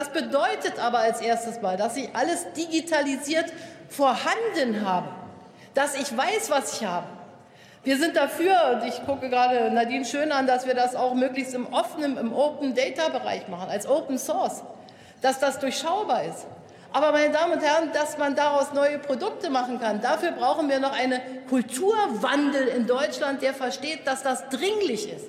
Das bedeutet aber als erstes mal, dass ich alles digitalisiert vorhanden habe, dass ich weiß, was ich habe. Wir sind dafür, und ich gucke gerade Nadine Schön an, dass wir das auch möglichst im offenen, im Open-Data-Bereich machen, als Open Source, dass das durchschaubar ist. Aber meine Damen und Herren, dass man daraus neue Produkte machen kann, dafür brauchen wir noch einen Kulturwandel in Deutschland, der versteht, dass das dringlich ist.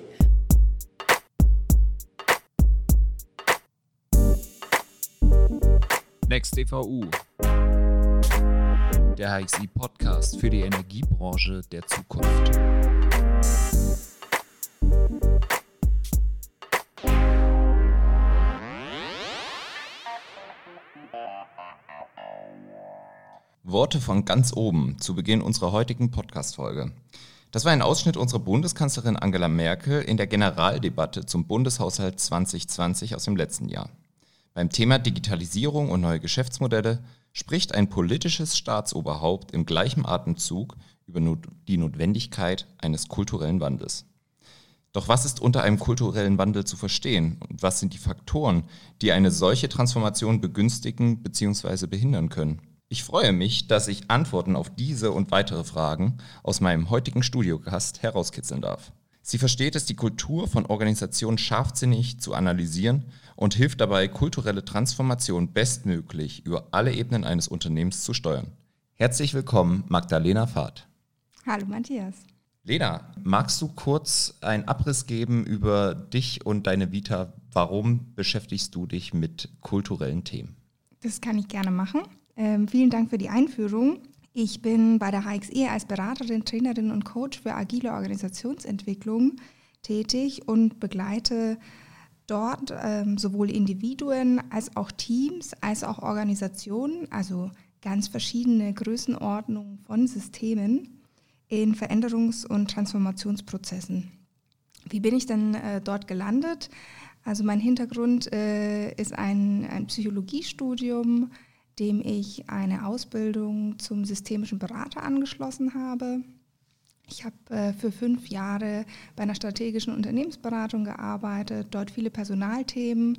Next EVU, der HXI-Podcast für die Energiebranche der Zukunft. Worte von ganz oben zu Beginn unserer heutigen Podcast-Folge. Das war ein Ausschnitt unserer Bundeskanzlerin Angela Merkel in der Generaldebatte zum Bundeshaushalt 2020 aus dem letzten Jahr. Beim Thema Digitalisierung und neue Geschäftsmodelle spricht ein politisches Staatsoberhaupt im gleichen Atemzug über die Notwendigkeit eines kulturellen Wandels. Doch was ist unter einem kulturellen Wandel zu verstehen und was sind die Faktoren, die eine solche Transformation begünstigen bzw. behindern können? Ich freue mich, dass ich Antworten auf diese und weitere Fragen aus meinem heutigen Studiogast herauskitzeln darf. Sie versteht es, die Kultur von Organisationen scharfsinnig zu analysieren und hilft dabei, kulturelle Transformation bestmöglich über alle Ebenen eines Unternehmens zu steuern. Herzlich willkommen, Magdalena Fahrt. Hallo Matthias. Lena, magst du kurz einen Abriss geben über dich und deine Vita? Warum beschäftigst du dich mit kulturellen Themen? Das kann ich gerne machen. Vielen Dank für die Einführung. Ich bin bei der HXI als Beraterin, Trainerin und Coach für agile Organisationsentwicklung tätig und begleite dort sowohl Individuen als auch Teams, als auch Organisationen, also ganz verschiedene Größenordnungen von Systemen in Veränderungs- und Transformationsprozessen. Wie bin ich denn dort gelandet? Also mein Hintergrund ist ein Psychologiestudium, dem ich eine Ausbildung zum systemischen Berater angeschlossen habe. Ich habe für 5 Jahre bei einer strategischen Unternehmensberatung gearbeitet, dort viele Personalthemen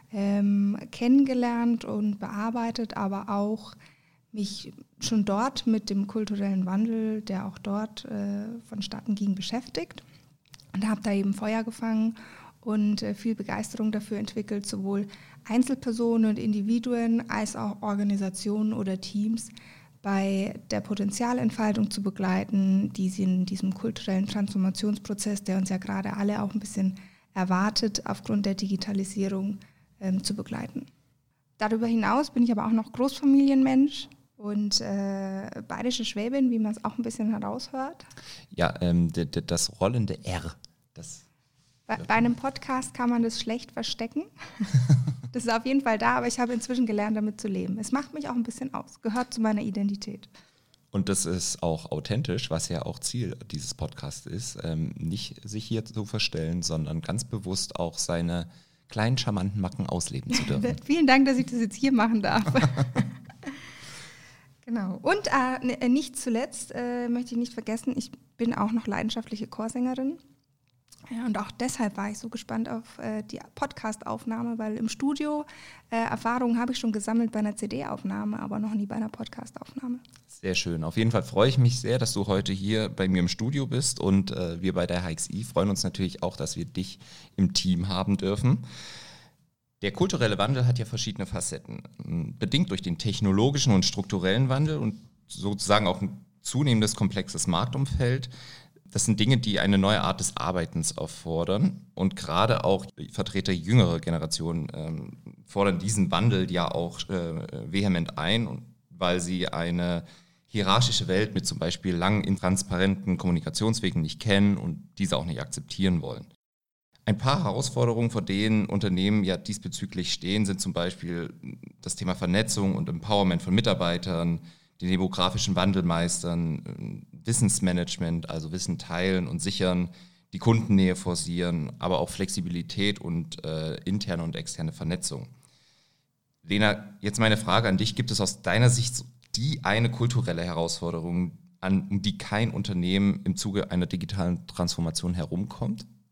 kennengelernt und bearbeitet, aber auch mich schon dort mit dem kulturellen Wandel, der auch dort vonstatten ging, beschäftigt und habe da eben Feuer gefangen und viel Begeisterung dafür entwickelt, sowohl Einzelpersonen und Individuen als auch Organisationen oder Teams bei der Potenzialentfaltung zu begleiten, die sie in diesem kulturellen Transformationsprozess, der uns ja gerade alle auch ein bisschen erwartet, aufgrund der Digitalisierung zu begleiten. Darüber hinaus bin ich aber auch noch Großfamilienmensch und bayerische Schwäbin, wie man es auch ein bisschen heraushört. Ja, das rollende R, das... Bei einem Podcast kann man das schlecht verstecken. Das ist auf jeden Fall da, aber ich habe inzwischen gelernt, damit zu leben. Es macht mich auch ein bisschen aus, gehört zu meiner Identität. Und das ist auch authentisch, was ja auch Ziel dieses Podcasts ist, nicht sich hier zu verstellen, sondern ganz bewusst auch seine kleinen charmanten Macken ausleben zu dürfen. Vielen Dank, dass ich das jetzt hier machen darf. Genau. Und nicht zuletzt möchte ich nicht vergessen, ich bin auch noch leidenschaftliche Chorsängerin. Ja, und auch deshalb war ich so gespannt auf die Podcast-Aufnahme, weil im Studio Erfahrungen habe ich schon gesammelt bei einer CD-Aufnahme, aber noch nie bei einer Podcast-Aufnahme. Sehr schön. Auf jeden Fall freue ich mich sehr, dass du heute hier bei mir im Studio bist und wir bei der HXI freuen uns natürlich auch, dass wir dich im Team haben dürfen. Der kulturelle Wandel hat ja verschiedene Facetten. Bedingt durch den technologischen und strukturellen Wandel und sozusagen auch ein zunehmendes komplexes Marktumfeld. Das sind Dinge, die eine neue Art des Arbeitens erfordern und gerade auch Vertreter jüngerer Generationen fordern diesen Wandel ja auch vehement ein, weil sie eine hierarchische Welt mit zum Beispiel langen, intransparenten Kommunikationswegen nicht kennen und diese auch nicht akzeptieren wollen. Ein paar Herausforderungen, vor denen Unternehmen ja diesbezüglich stehen, sind zum Beispiel das Thema Vernetzung und Empowerment von Mitarbeitern, den demografischen Wandel meistern, Wissensmanagement, also Wissen teilen und sichern, die Kundennähe forcieren, aber auch Flexibilität und interne und externe Vernetzung. Lena, jetzt meine Frage an dich. Gibt es aus deiner Sicht die eine kulturelle Herausforderung, um die kein Unternehmen im Zuge einer digitalen Transformation herumkommt?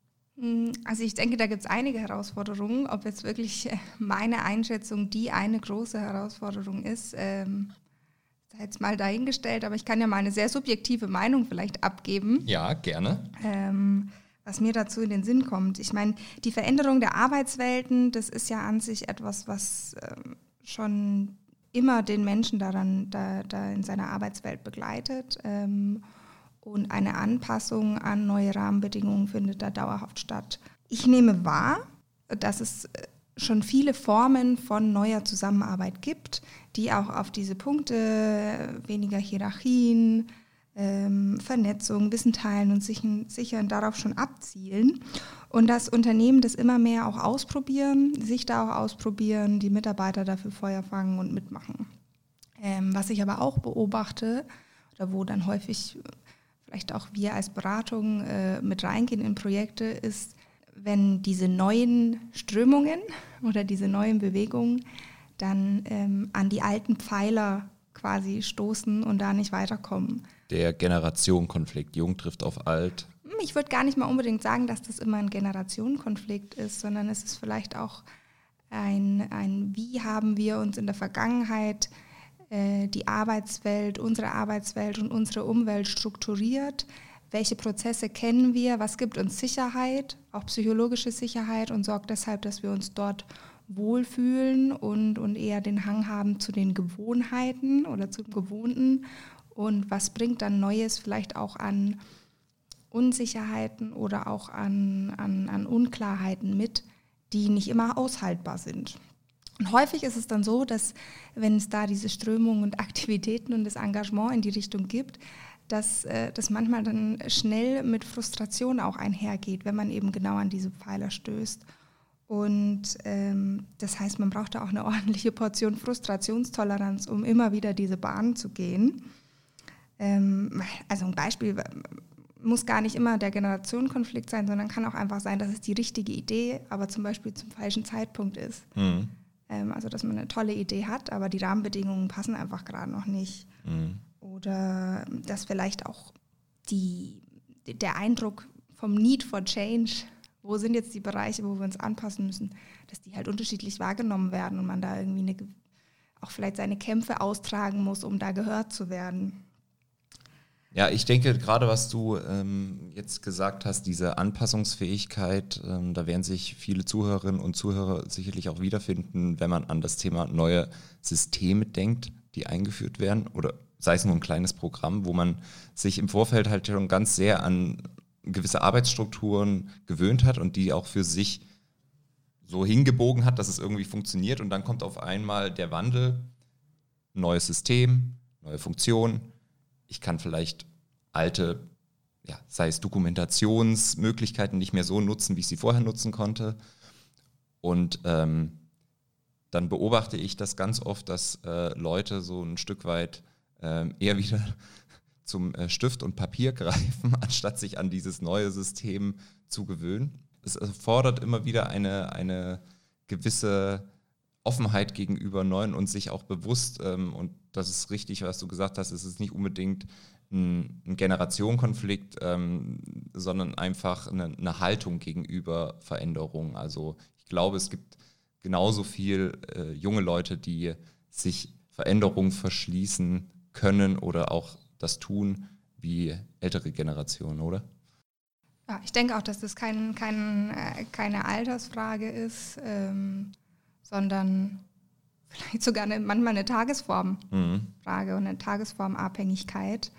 Also ich denke, da gibt es einige Herausforderungen. Ob jetzt wirklich meine Einschätzung die eine große Herausforderung ist, sei jetzt mal dahingestellt, aber ich kann ja mal eine sehr subjektive Meinung vielleicht abgeben. Ja, gerne. Was mir dazu in den Sinn kommt. Ich meine, die Veränderung der Arbeitswelten, das ist ja an sich etwas, was schon immer den Menschen da in seiner Arbeitswelt begleitet. Und eine Anpassung an neue Rahmenbedingungen findet da dauerhaft statt. Ich nehme wahr, dass es schon viele Formen von neuer Zusammenarbeit gibt, die auch auf diese Punkte, weniger Hierarchien, Vernetzung, Wissen teilen und sichern darauf schon abzielen. Und dass Unternehmen das immer mehr auch ausprobieren, sich da auch ausprobieren, die Mitarbeiter dafür Feuer fangen und mitmachen. Was ich aber auch beobachte, oder wo dann häufig vielleicht auch wir als Beratung mit reingehen in Projekte, ist, wenn diese neuen Strömungen oder diese neuen Bewegungen dann an die alten Pfeiler quasi stoßen und da nicht weiterkommen. Der Generationenkonflikt, Jung trifft auf Alt. Ich würde gar nicht mal unbedingt sagen, dass das immer ein Generationenkonflikt ist, sondern es ist vielleicht auch wie haben wir uns in der Vergangenheit die Arbeitswelt, unsere Arbeitswelt und unsere Umwelt strukturiert. Welche Prozesse kennen wir? Was gibt uns Sicherheit, auch psychologische Sicherheit und sorgt deshalb, dass wir uns dort wohlfühlen und eher den Hang haben zu den Gewohnheiten oder zum Gewohnten. Und was bringt dann Neues vielleicht auch an Unsicherheiten oder auch an Unklarheiten mit, die nicht immer aushaltbar sind. Und häufig ist es dann so, dass wenn es da diese Strömungen und Aktivitäten und das Engagement in die Richtung gibt, dass das manchmal dann schnell mit Frustration auch einhergeht, wenn man eben genau an diese Pfeiler stößt. Und das heißt, man braucht da auch eine ordentliche Portion Frustrationstoleranz, um immer wieder diese Bahn zu gehen. Also ein Beispiel muss gar nicht immer der Generationenkonflikt sein, sondern kann auch einfach sein, dass es die richtige Idee, aber zum Beispiel zum falschen Zeitpunkt ist. Mhm. Also dass man eine tolle Idee hat, aber die Rahmenbedingungen passen einfach gerade noch nicht. Mhm. Oder dass vielleicht auch der Eindruck vom Need for Change, wo sind jetzt die Bereiche, wo wir uns anpassen müssen, dass die halt unterschiedlich wahrgenommen werden und man da irgendwie auch vielleicht seine Kämpfe austragen muss, um da gehört zu werden. Ja, ich denke, gerade was du jetzt gesagt hast, diese Anpassungsfähigkeit, da werden sich viele Zuhörerinnen und Zuhörer sicherlich auch wiederfinden, wenn man an das Thema neue Systeme denkt, die eingeführt werden, oder sei es nur ein kleines Programm, wo man sich im Vorfeld halt schon ganz sehr an gewisse Arbeitsstrukturen gewöhnt hat und die auch für sich so hingebogen hat, dass es irgendwie funktioniert, und dann kommt auf einmal der Wandel, neues System, neue Funktion. Ich kann vielleicht alte, sei es Dokumentationsmöglichkeiten, nicht mehr so nutzen, wie ich sie vorher nutzen konnte. Und dann beobachte ich das ganz oft, dass Leute so ein Stück weit eher wieder zum Stift und Papier greifen, anstatt sich an dieses neue System zu gewöhnen. Es erfordert immer wieder eine gewisse Offenheit gegenüber Neuen und sich auch bewusst, und das ist richtig, was du gesagt hast, es ist nicht unbedingt ein Generationenkonflikt, sondern einfach eine Haltung gegenüber Veränderungen. Also ich glaube, es gibt genauso viel junge Leute, die sich Veränderungen verschließen können oder auch das tun wie ältere Generationen, oder? Ja, ich denke auch, dass das keine Altersfrage ist, sondern vielleicht sogar manchmal eine Tagesformfrage und eine Tagesformabhängigkeit.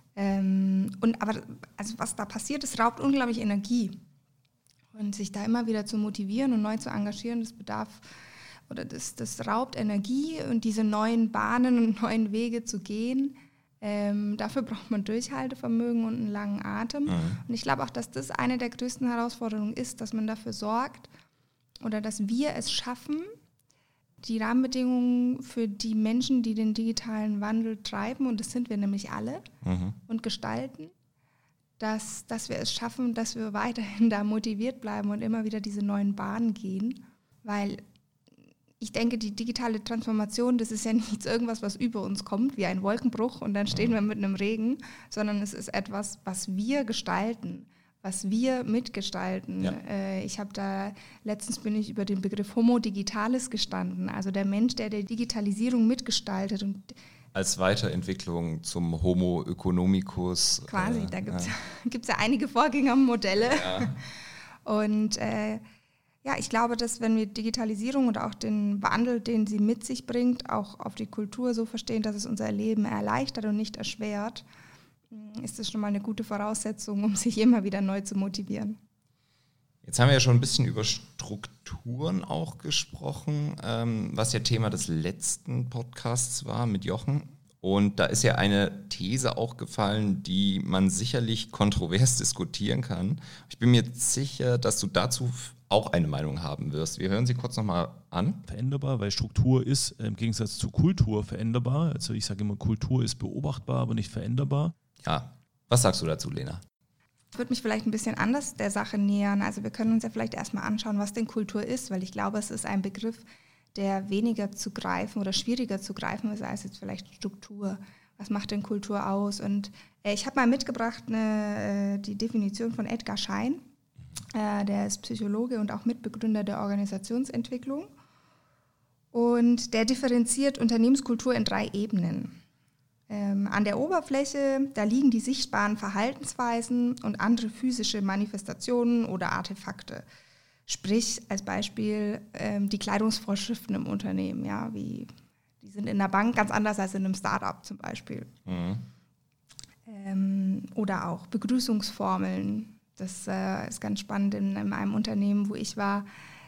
Aber was da passiert, es raubt unglaublich Energie. Und sich da immer wieder zu motivieren und neu zu engagieren, das raubt Energie, und diese neuen Bahnen und neuen Wege zu gehen, dafür braucht man Durchhaltevermögen und einen langen Atem. Und ich glaube auch, dass das eine der größten Herausforderungen ist, dass man dafür sorgt oder dass wir es schaffen, die Rahmenbedingungen für die Menschen, die den digitalen Wandel treiben, und das sind wir nämlich alle, und gestalten, dass wir es schaffen, dass wir weiterhin da motiviert bleiben und immer wieder diese neuen Bahnen gehen. Weil ich denke, die digitale Transformation, das ist ja nicht irgendwas, was über uns kommt, wie ein Wolkenbruch und dann stehen wir mit einem Regen, sondern es ist etwas, was wir gestalten, was wir mitgestalten. Ja. Letztens bin ich über den Begriff Homo Digitalis gestanden, also der Mensch, der die Digitalisierung mitgestaltet. Und als Weiterentwicklung zum Homo economicus. Quasi, da gibt's ja einige Vorgängermodelle. Ja. Und ich glaube, dass wenn wir Digitalisierung und auch den Wandel, den sie mit sich bringt, auch auf die Kultur so verstehen, dass es unser Leben erleichtert und nicht erschwert, ist das schon mal eine gute Voraussetzung, um sich immer wieder neu zu motivieren. Jetzt haben wir ja schon ein bisschen über Strukturen auch gesprochen, was ja Thema des letzten Podcasts war mit Jochen. Und da ist ja eine These auch gefallen, die man sicherlich kontrovers diskutieren kann. Ich bin mir sicher, dass du dazu auch eine Meinung haben wirst. Wir hören sie kurz nochmal an. Veränderbar, weil Struktur ist im Gegensatz zu Kultur veränderbar. Also ich sage immer, Kultur ist beobachtbar, aber nicht veränderbar. Ja, was sagst du dazu, Lena? Ich würde mich vielleicht ein bisschen anders der Sache nähern. Also wir können uns ja vielleicht erstmal anschauen, was denn Kultur ist, weil ich glaube, es ist ein Begriff, der weniger zu greifen oder schwieriger zu greifen ist als jetzt vielleicht Struktur. Was macht denn Kultur aus? Und ich habe mal mitgebracht die Definition von Edgar Schein. Der ist Psychologe und auch Mitbegründer der Organisationsentwicklung. Und der differenziert Unternehmenskultur in 3 Ebenen. An der Oberfläche, da liegen die sichtbaren Verhaltensweisen und andere physische Manifestationen oder Artefakte. Sprich, als Beispiel die Kleidungsvorschriften im Unternehmen. Ja, die sind in der Bank ganz anders als in einem Start-up zum Beispiel. Mhm. Oder auch Begrüßungsformeln. Das ist ganz spannend. In einem Unternehmen, wo ich war,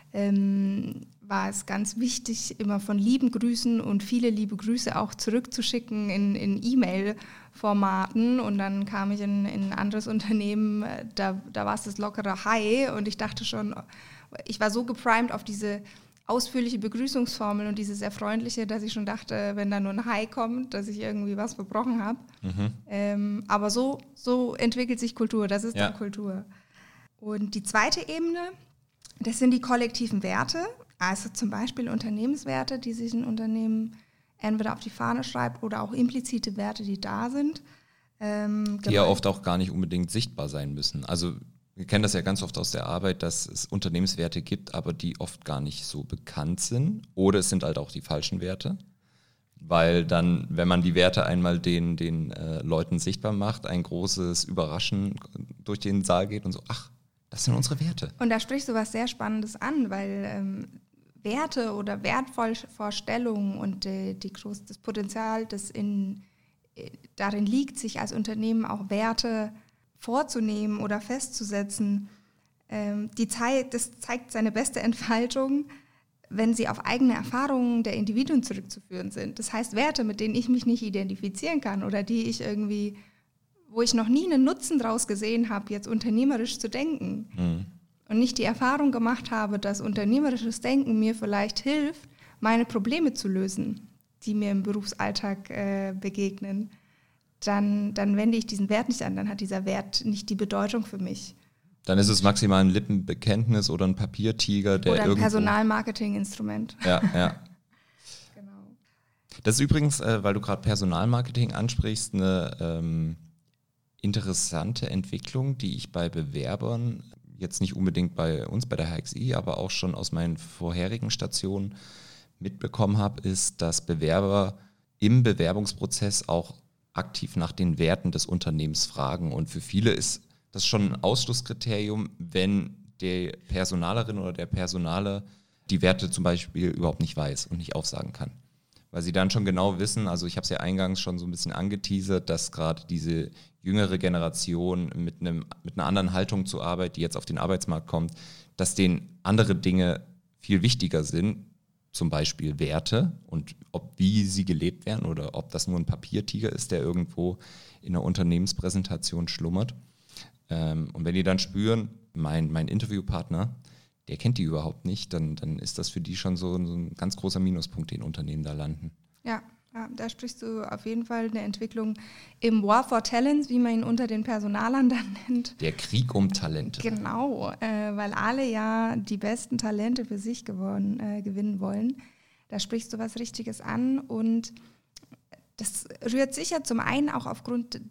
war es ganz wichtig, immer von lieben Grüßen und viele liebe Grüße auch zurückzuschicken in E-Mail-Formaten. Und dann kam ich in ein anderes Unternehmen, da war es das lockere Hi. Und ich dachte schon, ich war so geprimed auf diese ausführliche Begrüßungsformel und diese sehr freundliche, dass ich schon dachte, wenn da nur ein Hi kommt, dass ich irgendwie was verbrochen habe. Mhm. Aber so entwickelt sich Kultur, das ist dann Kultur. Und die zweite Ebene, das sind die kollektiven Werte, also zum Beispiel Unternehmenswerte, die sich ein Unternehmen entweder auf die Fahne schreibt oder auch implizite Werte, die da sind. Die ja oft auch gar nicht unbedingt sichtbar sein müssen. Also wir kennen das ja ganz oft aus der Arbeit, dass es Unternehmenswerte gibt, aber die oft gar nicht so bekannt sind. Oder es sind halt auch die falschen Werte. Weil dann, wenn man die Werte einmal den Leuten sichtbar macht, ein großes Überraschen durch den Saal geht und so, ach, das sind unsere Werte. Und da sprichst du was sehr Spannendes an, weil Werte oder Wertvorstellungen und das Potenzial, das darin liegt, sich als Unternehmen auch Werte vorzunehmen oder festzusetzen, das zeigt seine beste Entfaltung, wenn sie auf eigene Erfahrungen der Individuen zurückzuführen sind. Das heißt, Werte, mit denen ich mich nicht identifizieren kann oder wo ich noch nie einen Nutzen draus gesehen habe, jetzt unternehmerisch zu denken und nicht die Erfahrung gemacht habe, dass unternehmerisches Denken mir vielleicht hilft, meine Probleme zu lösen, die mir im Berufsalltag begegnen, dann wende ich diesen Wert nicht an, dann hat dieser Wert nicht die Bedeutung für mich. Dann ist es maximal ein Lippenbekenntnis oder ein Papiertiger, der irgendwo... Oder ein Personalmarketing-Instrument. Ja. Genau. Das ist übrigens, weil du gerade Personalmarketing ansprichst, eine interessante Entwicklung, die ich bei Bewerbern, jetzt nicht unbedingt bei uns, bei der HXI, aber auch schon aus meinen vorherigen Stationen mitbekommen habe, ist, dass Bewerber im Bewerbungsprozess auch aktiv nach den Werten des Unternehmens fragen. Und für viele ist das schon ein Ausschlusskriterium, wenn die Personalerin oder der Personaler die Werte zum Beispiel überhaupt nicht weiß und nicht aufsagen kann. Weil sie dann schon genau wissen, also ich habe es ja eingangs schon so ein bisschen angeteasert, dass gerade diese jüngere Generation mit einer anderen Haltung zur Arbeit, die jetzt auf den Arbeitsmarkt kommt, dass denen andere Dinge viel wichtiger sind, zum Beispiel Werte und wie sie gelebt werden oder ob das nur ein Papiertiger ist, der irgendwo in einer Unternehmenspräsentation schlummert. Und wenn die dann spüren, mein Interviewpartner, der kennt die überhaupt nicht, dann ist das für die schon so ein ganz großer Minuspunkt, den Unternehmen da landen. Ja, da sprichst du auf jeden Fall eine Entwicklung im War for Talents, wie man ihn unter den Personalern dann nennt. Der Krieg um Talente. Genau, weil alle ja die besten Talente für sich gewinnen wollen. Da sprichst du was Richtiges an und das rührt sicher zum einen auch aufgrund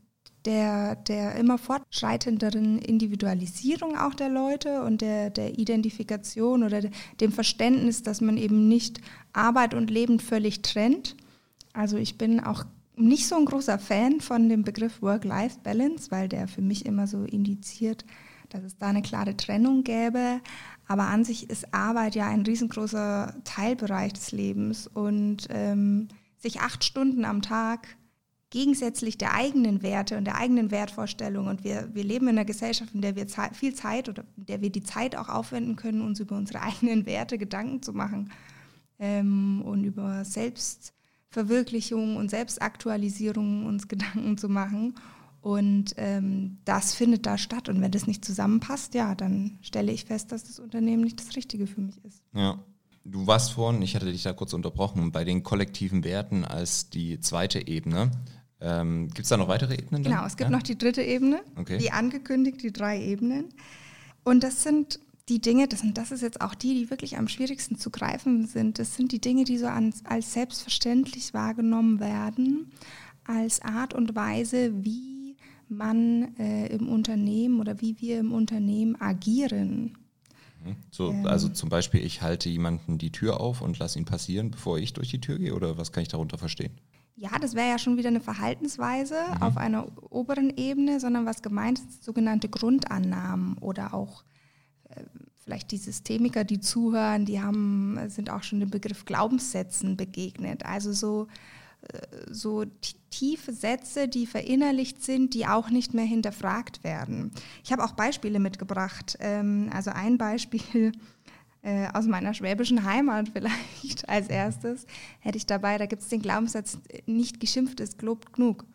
der immer fortschreitenderen Individualisierung auch der Leute und der Identifikation oder dem Verständnis, dass man eben nicht Arbeit und Leben völlig trennt. Also ich bin auch nicht so ein großer Fan von dem Begriff Work-Life-Balance, weil der für mich immer so indiziert, dass es da eine klare Trennung gäbe. Aber an sich ist Arbeit ja ein riesengroßer Teilbereich des Lebens und sich 8 Stunden am Tag gegensätzlich der eigenen Werte und der eigenen Wertvorstellung, und wir leben in einer Gesellschaft, in der wir viel Zeit oder in der wir die Zeit auch aufwenden können, uns über unsere eigenen Werte Gedanken zu machen und über Selbstverwirklichung und Selbstaktualisierung uns Gedanken zu machen. Und das findet da statt. Und wenn das nicht zusammenpasst, ja, dann stelle ich fest, dass das Unternehmen nicht das Richtige für mich ist. Ja. Du warst vorhin, ich hatte dich da kurz unterbrochen, bei den kollektiven Werten als die zweite Ebene. Gibt es da noch weitere Ebenen? Genau, es gibt noch die dritte Ebene, wie angekündigt, die 3 Ebenen. Und das sind die Dinge, das ist jetzt auch die wirklich am schwierigsten zu greifen sind. Das sind die Dinge, die so als selbstverständlich wahrgenommen werden, als Art und Weise, wie man im Unternehmen oder wie wir im Unternehmen agieren. So, also zum Beispiel, ich halte jemanden die Tür auf und lasse ihn passieren, bevor ich durch die Tür gehe, oder was kann ich darunter verstehen? Ja, das wäre ja schon wieder eine Verhaltensweise auf einer oberen Ebene, sondern was gemeint ist, sogenannte Grundannahmen oder auch vielleicht die Systemiker, die zuhören, sind auch schon dem Begriff Glaubenssätzen begegnet. Also so tiefe Sätze, die verinnerlicht sind, die auch nicht mehr hinterfragt werden. Ich habe auch Beispiele mitgebracht. Also ein Beispiel aus meiner schwäbischen Heimat vielleicht als erstes hätte ich dabei. Da gibt es den Glaubenssatz, nicht geschimpft ist gelobt genug.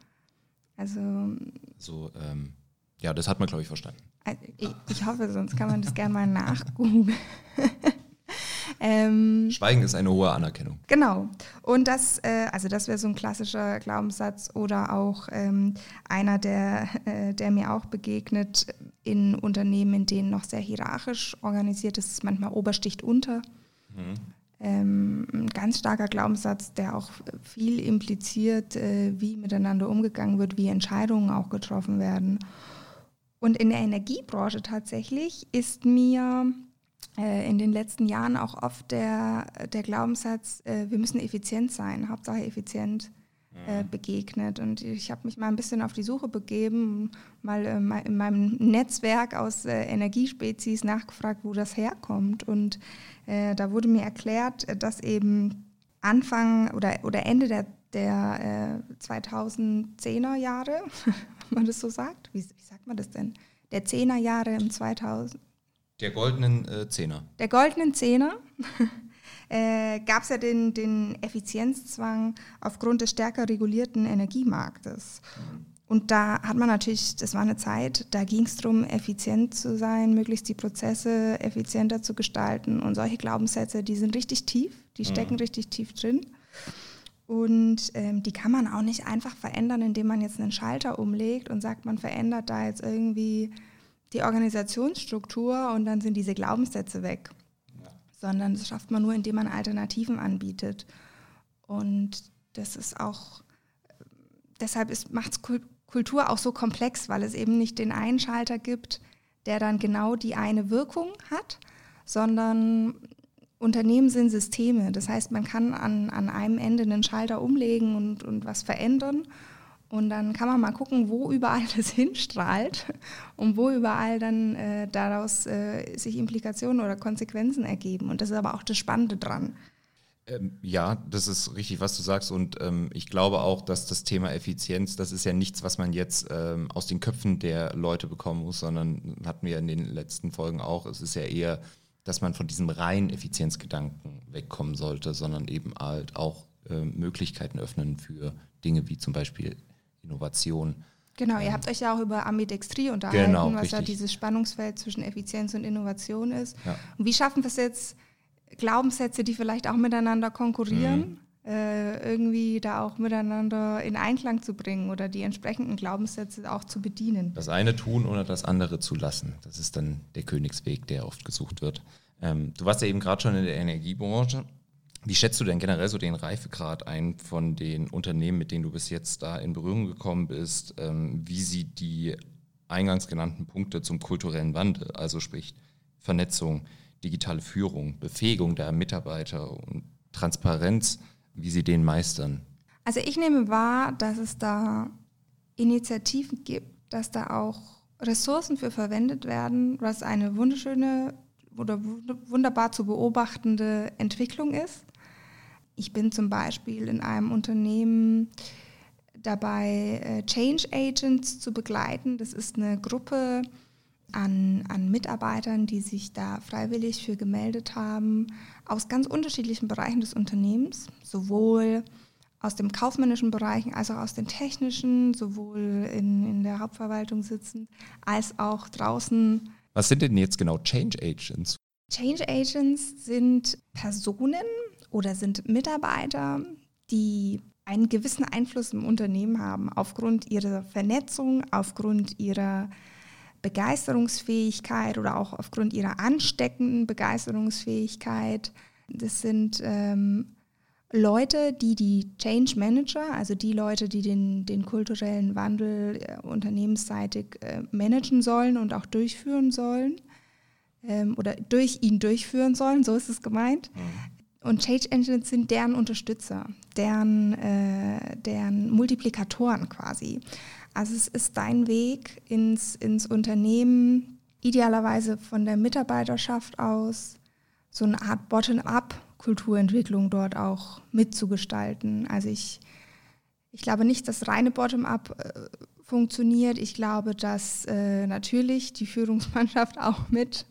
Ja, das hat man, glaube ich, verstanden. Ich hoffe, sonst kann man das gerne mal nachgoogeln. Schweigen ist eine hohe Anerkennung. Genau. Und das wäre so ein klassischer Glaubenssatz oder auch einer, der mir auch begegnet in Unternehmen, in denen noch sehr hierarchisch organisiert ist, manchmal Obersticht unter. Ein ganz starker Glaubenssatz, der auch viel impliziert, wie miteinander umgegangen wird, wie Entscheidungen auch getroffen werden. Und in der Energiebranche tatsächlich ist mir in den letzten Jahren auch oft der Glaubenssatz, wir müssen effizient sein, Hauptsache effizient, begegnet. Und ich habe mich mal ein bisschen auf die Suche begeben, mal in meinem Netzwerk aus Energiespezies nachgefragt, wo das herkommt. Und da wurde mir erklärt, dass eben Anfang oder Ende der 2010er Jahre, wenn man das so sagt, wie sagt man das denn? Der 10er Jahre im 2000. Der goldenen Zehner. Der goldenen Zehner gab es ja den Effizienzzwang aufgrund des stärker regulierten Energiemarktes. Und da hat man natürlich, das war eine Zeit, da ging es darum, effizient zu sein, möglichst die Prozesse effizienter zu gestalten. Und solche Glaubenssätze, die sind richtig tief, die stecken richtig tief drin. Und die kann man auch nicht einfach verändern, indem man jetzt einen Schalter umlegt und sagt, man verändert da jetzt irgendwie die Organisationsstruktur und dann sind diese Glaubenssätze weg. Ja. Sondern das schafft man nur, indem man Alternativen anbietet. Und das ist auch, deshalb macht es Kultur auch so komplex, weil es eben nicht den einen Schalter gibt, der dann genau die eine Wirkung hat, sondern Unternehmen sind Systeme. Das heißt, man kann an einem Ende einen Schalter umlegen und was verändern. Und dann kann man mal gucken, wo überall das hinstrahlt und wo überall dann daraus sich Implikationen oder Konsequenzen ergeben. Und das ist aber auch das Spannende dran. Ja, das ist richtig, was du sagst. Und ich glaube auch, dass das Thema Effizienz, das ist ja nichts, was man jetzt aus den Köpfen der Leute bekommen muss, sondern hatten wir in den letzten Folgen auch. Es ist ja eher, dass man von diesem reinen Effizienzgedanken wegkommen sollte, sondern eben halt auch Möglichkeiten öffnen für Dinge wie zum Beispiel Innovation. Genau, ihr habt euch ja auch über Ambidextrie unterhalten, genau, was richtig. ja dieses Spannungsfeld zwischen Effizienz und Innovation ist. Ja. Und wie schaffen wir es jetzt, Glaubenssätze, die vielleicht auch miteinander konkurrieren, irgendwie da auch miteinander in Einklang zu bringen oder die entsprechenden Glaubenssätze auch zu bedienen? Das eine tun oder das andere zu lassen. Das ist dann der Königsweg, der oft gesucht wird. Du warst ja eben gerade schon in der Energiebranche. Wie schätzt du denn generell so den Reifegrad ein von den Unternehmen, mit denen du bis jetzt da in Berührung gekommen bist, wie sie die eingangs genannten Punkte zum kulturellen Wandel, also sprich Vernetzung, digitale Führung, Befähigung der Mitarbeiter und Transparenz, wie sie den meistern? Also ich nehme wahr, dass es da Initiativen gibt, dass da auch Ressourcen für verwendet werden, was eine wunderschöne oder wunderbar zu beobachtende Entwicklung ist. Ich bin zum Beispiel in einem Unternehmen dabei, Change Agents zu begleiten. Das ist eine Gruppe an Mitarbeitern, die sich da freiwillig für gemeldet haben, aus ganz unterschiedlichen Bereichen des Unternehmens, sowohl aus dem kaufmännischen Bereich als auch aus den technischen, sowohl in der Hauptverwaltung sitzend, als auch draußen. Was sind denn jetzt genau Change Agents? Change Agents sind Personen oder sind Mitarbeiter, die einen gewissen Einfluss im Unternehmen haben, aufgrund ihrer Vernetzung, aufgrund ihrer Begeisterungsfähigkeit oder auch aufgrund ihrer ansteckenden Begeisterungsfähigkeit. Das sind Leute, die Change Manager, also die Leute, die den kulturellen Wandel unternehmensseitig managen sollen und auch durchführen sollen oder durch ihn durchführen sollen, so ist es gemeint. Und Change Agents sind deren Unterstützer, deren Multiplikatoren quasi. Also es ist dein Weg ins Unternehmen, idealerweise von der Mitarbeiterschaft aus, so eine Art Bottom-up-Kulturentwicklung dort auch mitzugestalten. Also ich glaube nicht, dass reine Bottom-up funktioniert. Ich glaube, dass natürlich die Führungsmannschaft auch mit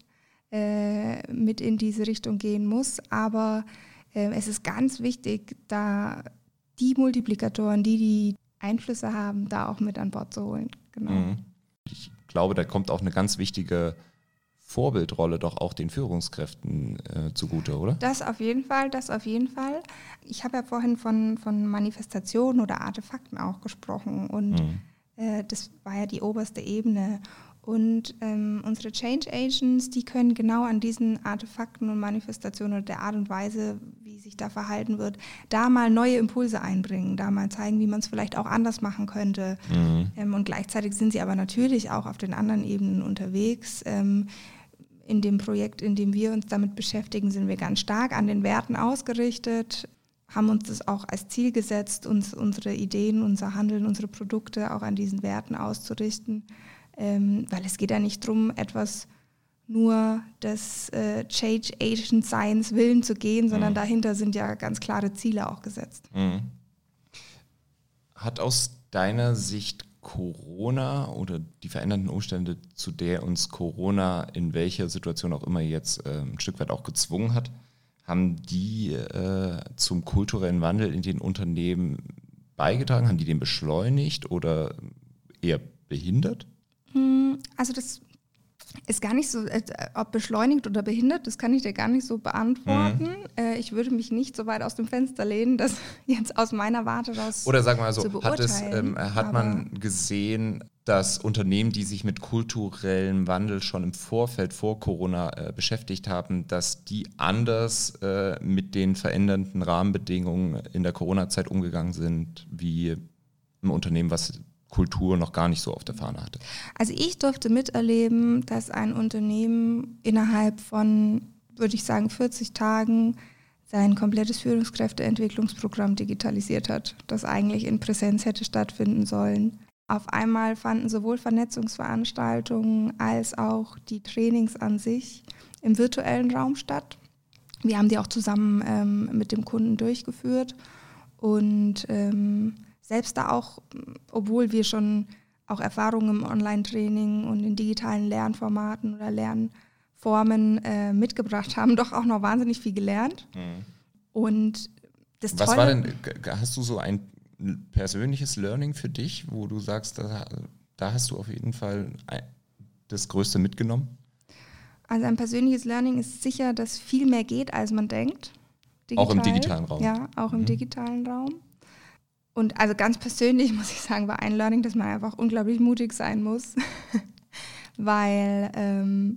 in diese Richtung gehen muss. Aber es ist ganz wichtig, da die Multiplikatoren, die Einflüsse haben, da auch mit an Bord zu holen. Genau. Ich glaube, da kommt auch eine ganz wichtige Vorbildrolle doch auch den Führungskräften zugute, oder? Das auf jeden Fall. Ich habe ja vorhin von Manifestationen oder Artefakten auch gesprochen und das war ja die oberste Ebene. Und unsere Change Agents, die können genau an diesen Artefakten und Manifestationen oder der Art und Weise, wie sich da verhalten wird, da mal neue Impulse einbringen, da mal zeigen, wie man es vielleicht auch anders machen könnte. Und gleichzeitig sind sie aber natürlich auch auf den anderen Ebenen unterwegs. In dem Projekt, in dem wir uns damit beschäftigen, sind wir ganz stark an den Werten ausgerichtet, haben uns das auch als Ziel gesetzt, uns unsere Ideen, unser Handeln, unsere Produkte auch an diesen Werten auszurichten. Weil es geht ja nicht darum, etwas nur des Change Agent Seins willen zu gehen, sondern dahinter sind ja ganz klare Ziele auch gesetzt. Hat aus deiner Sicht Corona oder die veränderten Umstände, zu der uns Corona in welcher Situation auch immer jetzt ein Stück weit auch gezwungen hat, haben die zum kulturellen Wandel in den Unternehmen beigetragen? Haben die den beschleunigt oder eher behindert? Also das ist gar nicht so, ob beschleunigt oder behindert, das kann ich dir gar nicht so beantworten. Ich würde mich nicht so weit aus dem Fenster lehnen, das jetzt aus meiner Warte raus oder sag mal so, zu beurteilen. Hat man gesehen, dass Unternehmen, die sich mit kulturellem Wandel schon im Vorfeld vor Corona beschäftigt haben, dass die anders mit den verändernden Rahmenbedingungen in der Corona-Zeit umgegangen sind, wie ein Unternehmen, was Kultur noch gar nicht so auf der Fahne hatte? Also ich durfte miterleben, dass ein Unternehmen innerhalb von, würde ich sagen, 40 Tagen sein komplettes Führungskräfteentwicklungsprogramm digitalisiert hat, das eigentlich in Präsenz hätte stattfinden sollen. Auf einmal fanden sowohl Vernetzungsveranstaltungen als auch die Trainings an sich im virtuellen Raum statt. Wir haben die auch zusammen mit dem Kunden durchgeführt und selbst da auch, obwohl wir schon auch Erfahrungen im Online-Training und in digitalen Lernformaten oder Lernformen mitgebracht haben, doch auch noch wahnsinnig viel gelernt. Und das Was war denn, hast du so ein persönliches Learning für dich, wo du sagst, da hast du auf jeden Fall das Größte mitgenommen? Also ein persönliches Learning ist sicher, dass viel mehr geht, als man denkt. Digital. Auch im digitalen Raum? Ja, auch im digitalen Raum. Und also ganz persönlich muss ich sagen, war ein Learning, dass man einfach unglaublich mutig sein muss, weil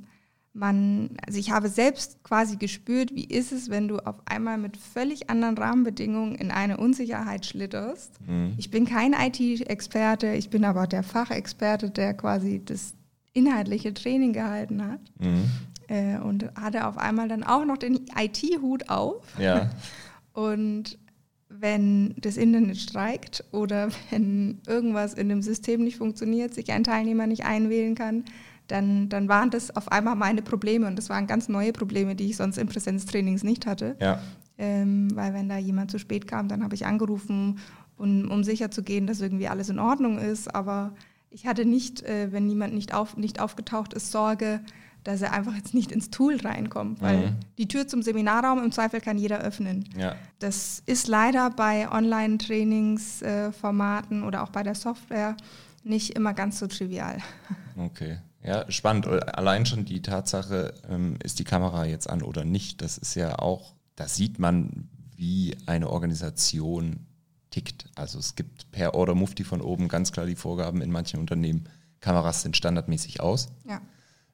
also ich habe selbst quasi gespürt, wie ist es, wenn du auf einmal mit völlig anderen Rahmenbedingungen in eine Unsicherheit schlitterst. Ich bin kein IT-Experte, ich bin aber der Fachexperte, der quasi das inhaltliche Training gehalten hat. Und hatte auf einmal dann auch noch den IT-Hut auf. Ja. Und wenn das Internet streikt oder wenn irgendwas in dem System nicht funktioniert, sich ein Teilnehmer nicht einwählen kann, dann waren das auf einmal meine Probleme. Und das waren ganz neue Probleme, die ich sonst in Präsenztrainings nicht hatte. Ja. Weil wenn da jemand zu spät kam, dann habe ich angerufen, um sicher zu gehen, dass irgendwie alles in Ordnung ist. Aber ich hatte nicht, wenn niemand nicht aufgetaucht ist, Sorge, dass er einfach jetzt nicht ins Tool reinkommt, weil die Tür zum Seminarraum im Zweifel kann jeder öffnen. Ja. Das ist leider bei Online-Trainingsformaten oder auch bei der Software nicht immer ganz so trivial. Okay, ja, spannend. Allein schon die Tatsache, ist die Kamera jetzt an oder nicht, das ist ja auch, da sieht man, wie eine Organisation tickt. Also es gibt per Order Mufti von oben ganz klar die Vorgaben in manchen Unternehmen, Kameras sind standardmäßig aus. Ja.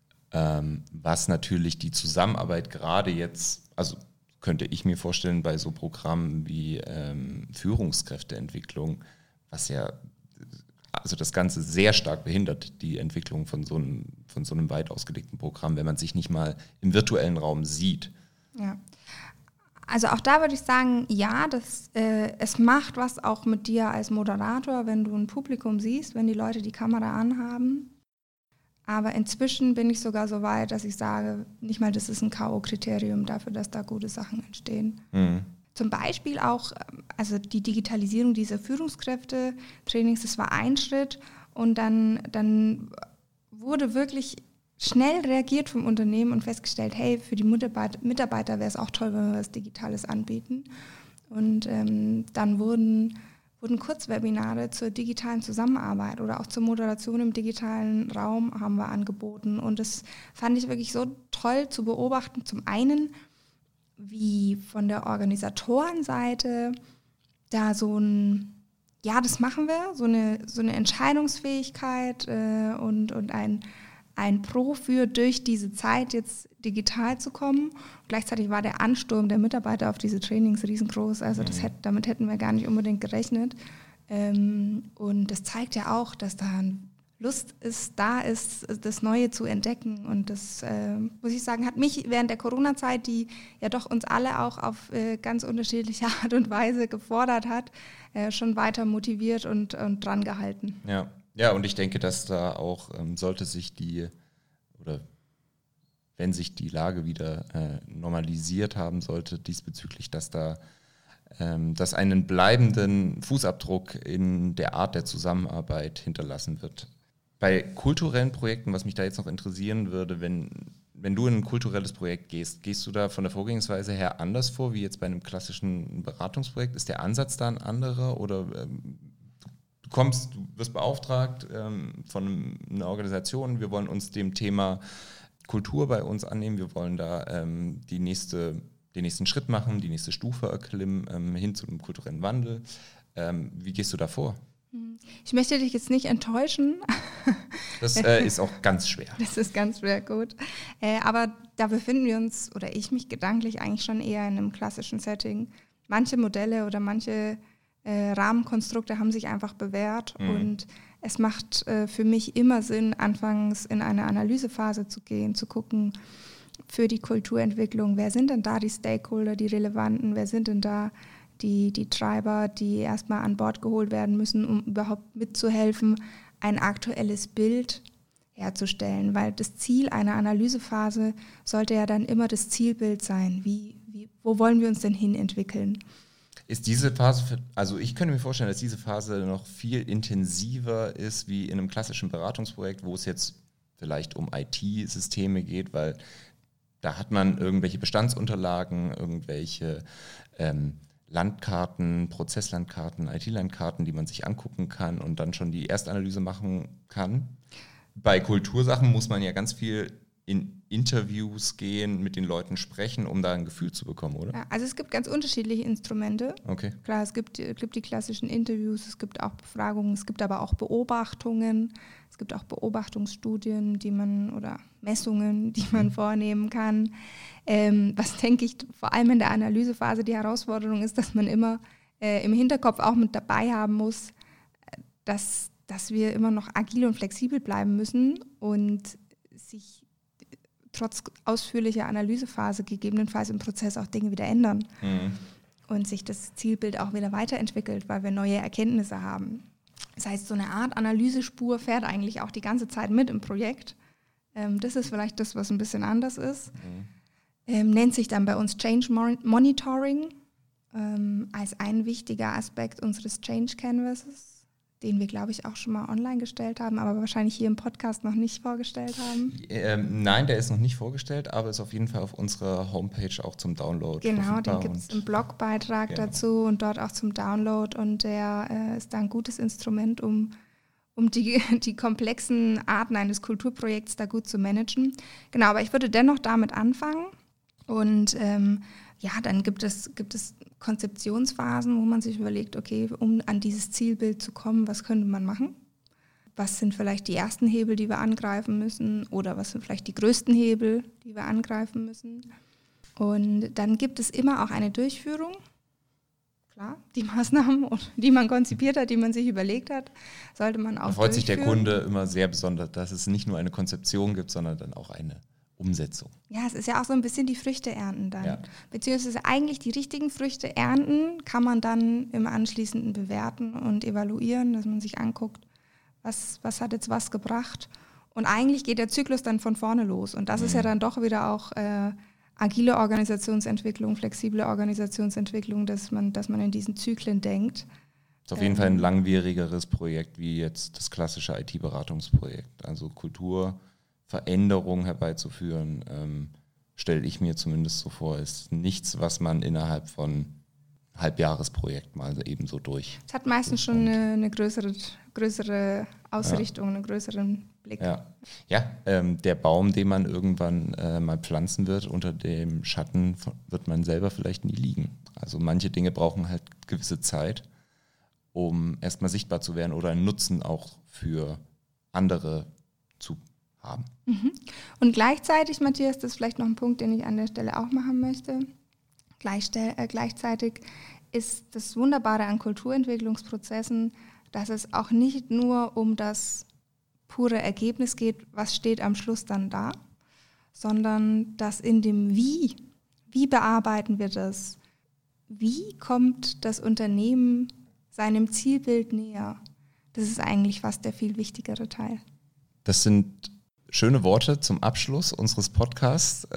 Was natürlich die Zusammenarbeit gerade jetzt, also könnte ich mir vorstellen, bei so Programmen wie Führungskräfteentwicklung, was ja also das Ganze sehr stark behindert, die Entwicklung von so einem weit ausgelegten Programm, wenn man sich nicht mal im virtuellen Raum sieht. Ja. Also auch da würde ich sagen, ja, es macht was auch mit dir als Moderator, wenn du ein Publikum siehst, wenn die Leute die Kamera anhaben. Aber inzwischen bin ich sogar so weit, dass ich sage, nicht mal das ist ein K.O.-Kriterium dafür, dass da gute Sachen entstehen. Zum Beispiel auch, also die Digitalisierung dieser Führungskräfte-Trainings, das war ein Schritt und dann wurde wirklich schnell reagiert vom Unternehmen und festgestellt, hey, für die Mitarbeiter wäre es auch toll, wenn wir was Digitales anbieten. Und dann wurden Kurzwebinare zur digitalen Zusammenarbeit oder auch zur Moderation im digitalen Raum haben wir angeboten. Und das fand ich wirklich so toll zu beobachten. Zum einen, wie von der Organisatorenseite da so ein, ja, das machen wir, so eine Entscheidungsfähigkeit und ein Pro für durch diese Zeit jetzt digital zu kommen. Gleichzeitig war der Ansturm der Mitarbeiter auf diese Trainings riesengroß. Also damit hätten wir gar nicht unbedingt gerechnet. Und das zeigt ja auch, dass da Lust da ist, das Neue zu entdecken. Und das, muss ich sagen, hat mich während der Corona-Zeit, die ja doch uns alle auch auf ganz unterschiedliche Art und Weise gefordert hat, schon weiter motiviert und dran gehalten. Ja. Ja, und ich denke, dass da auch wenn sich die Lage wieder normalisiert haben sollte diesbezüglich, dass das einen bleibenden Fußabdruck in der Art der Zusammenarbeit hinterlassen wird. Bei kulturellen Projekten, was mich da jetzt noch interessieren würde, wenn du in ein kulturelles Projekt gehst du da von der Vorgehensweise her anders vor, wie jetzt bei einem klassischen Beratungsprojekt? Ist der Ansatz da ein anderer oder du wirst beauftragt von einer Organisation, wir wollen uns dem Thema Kultur bei uns annehmen, wir wollen da den nächsten Schritt machen, die nächste Stufe erklimmen, hin zu einem kulturellen Wandel. Wie gehst du da vor? Ich möchte dich jetzt nicht enttäuschen. Das ist auch ganz schwer. Das ist ganz schwer, gut. Aber da befinden wir uns, oder ich mich gedanklich eigentlich schon eher in einem klassischen Setting. Manche Modelle oder manche Rahmenkonstrukte haben sich einfach bewährt und es macht für mich immer Sinn, anfangs in eine Analysephase zu gehen, zu gucken für die Kulturentwicklung, wer sind denn da die Stakeholder, die Relevanten, wer sind denn da die Treiber, die erstmal an Bord geholt werden müssen, um überhaupt mitzuhelfen, ein aktuelles Bild herzustellen, weil das Ziel einer Analysephase sollte ja dann immer das Zielbild sein, wo wollen wir uns denn hin entwickeln? Ist diese Phase, also ich könnte mir vorstellen, dass diese Phase noch viel intensiver ist wie in einem klassischen Beratungsprojekt, wo es jetzt vielleicht um IT-Systeme geht, weil da hat man irgendwelche Bestandsunterlagen, irgendwelche Landkarten, Prozesslandkarten, IT-Landkarten, die man sich angucken kann und dann schon die Erstanalyse machen kann. Bei Kultursachen muss man ja ganz viel in Interviews gehen, mit den Leuten sprechen, um da ein Gefühl zu bekommen, oder? Ja, also es gibt ganz unterschiedliche Instrumente. Okay. Klar, es gibt die klassischen Interviews, es gibt auch Befragungen, es gibt aber auch Beobachtungen, es gibt auch Beobachtungsstudien, oder Messungen, die man vornehmen kann. Was, denke ich, vor allem in der Analysephase die Herausforderung ist, dass man immer im Hinterkopf auch mit dabei haben muss, dass wir immer noch agil und flexibel bleiben müssen und sich trotz ausführlicher Analysephase gegebenenfalls im Prozess auch Dinge wieder ändern und sich das Zielbild auch wieder weiterentwickelt, weil wir neue Erkenntnisse haben. Das heißt, so eine Art Analysespur fährt eigentlich auch die ganze Zeit mit im Projekt. Das ist vielleicht das, was ein bisschen anders ist. Nennt sich dann bei uns Change Monitoring als ein wichtiger Aspekt unseres Change Canvases, den wir, glaube ich, auch schon mal online gestellt haben, aber wahrscheinlich hier im Podcast noch nicht vorgestellt haben. Nein, der ist noch nicht vorgestellt, aber ist auf jeden Fall auf unserer Homepage auch zum Download. Genau, den gibt es im Blogbeitrag dazu und dort auch zum Download und der ist da ein gutes Instrument, um die komplexen Arten eines Kulturprojekts da gut zu managen. Genau, aber ich würde dennoch damit anfangen und dann gibt es Konzeptionsphasen, wo man sich überlegt, okay, um an dieses Zielbild zu kommen, was könnte man machen? Was sind vielleicht die ersten Hebel, die wir angreifen müssen? Oder was sind vielleicht die größten Hebel, die wir angreifen müssen? Und dann gibt es immer auch eine Durchführung. Klar, die Maßnahmen, die man konzipiert hat, die man sich überlegt hat, sollte man auch durchführen. Da freut sich der Kunde immer sehr besonders, dass es nicht nur eine Konzeption gibt, sondern dann auch eine Umsetzung. Ja, es ist ja auch so ein bisschen die Früchte ernten dann. Ja. Beziehungsweise eigentlich die richtigen Früchte ernten kann man dann im Anschließenden bewerten und evaluieren, dass man sich anguckt, was hat jetzt was gebracht. Und eigentlich geht der Zyklus dann von vorne los. Und das ist ja dann doch wieder auch agile Organisationsentwicklung, flexible Organisationsentwicklung, dass man in diesen Zyklen denkt. Das ist auf jeden Fall ein langwierigeres Projekt wie jetzt das klassische IT-Beratungsprojekt. Also Kulturveränderung herbeizuführen, stelle ich mir zumindest so vor, ist nichts, was man innerhalb von Halbjahresprojekt mal eben so durch. Es hat meistens schon eine größere Ausrichtung, einen größeren Blick. Ja, der Baum, den man irgendwann mal pflanzen wird, unter dem Schatten wird man selber vielleicht nie liegen. Also manche Dinge brauchen halt gewisse Zeit, um erstmal sichtbar zu werden oder einen Nutzen auch für andere zu haben. Und gleichzeitig, Matthias, das ist vielleicht noch ein Punkt, den ich an der Stelle auch machen möchte, gleichzeitig ist das Wunderbare an Kulturentwicklungsprozessen, dass es auch nicht nur um das pure Ergebnis geht, was steht am Schluss dann da, sondern dass in dem wie bearbeiten wir das, wie kommt das Unternehmen seinem Zielbild näher, das ist eigentlich fast der viel wichtigere Teil. Das sind schöne Worte zum Abschluss unseres Podcasts.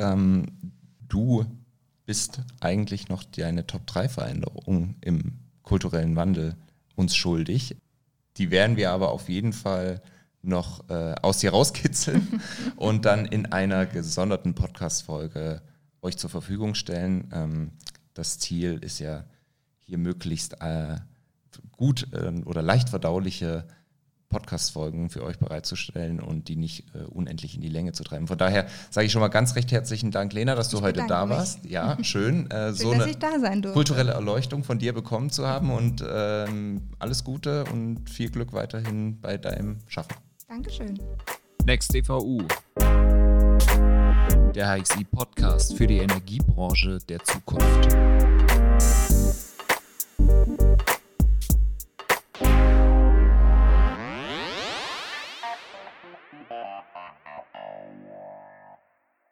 Du bist eigentlich noch deine Top-3-Veränderung im kulturellen Wandel uns schuldig. Die werden wir aber auf jeden Fall noch aus dir rauskitzeln und dann in einer gesonderten Podcast-Folge euch zur Verfügung stellen. Das Ziel ist ja, hier möglichst gut oder leicht verdauliche Podcast-Folgen für euch bereitzustellen und die nicht unendlich in die Länge zu treiben. Von daher sage ich schon mal ganz recht herzlichen Dank, Lena, dass du heute da warst. Ja, schön. So dass ich da sein durfte. Kulturelle Erleuchtung von dir bekommen zu haben und alles Gute und viel Glück weiterhin bei deinem Schaffen. Dankeschön. Next EVU. Der HXI-Podcast für die Energiebranche der Zukunft.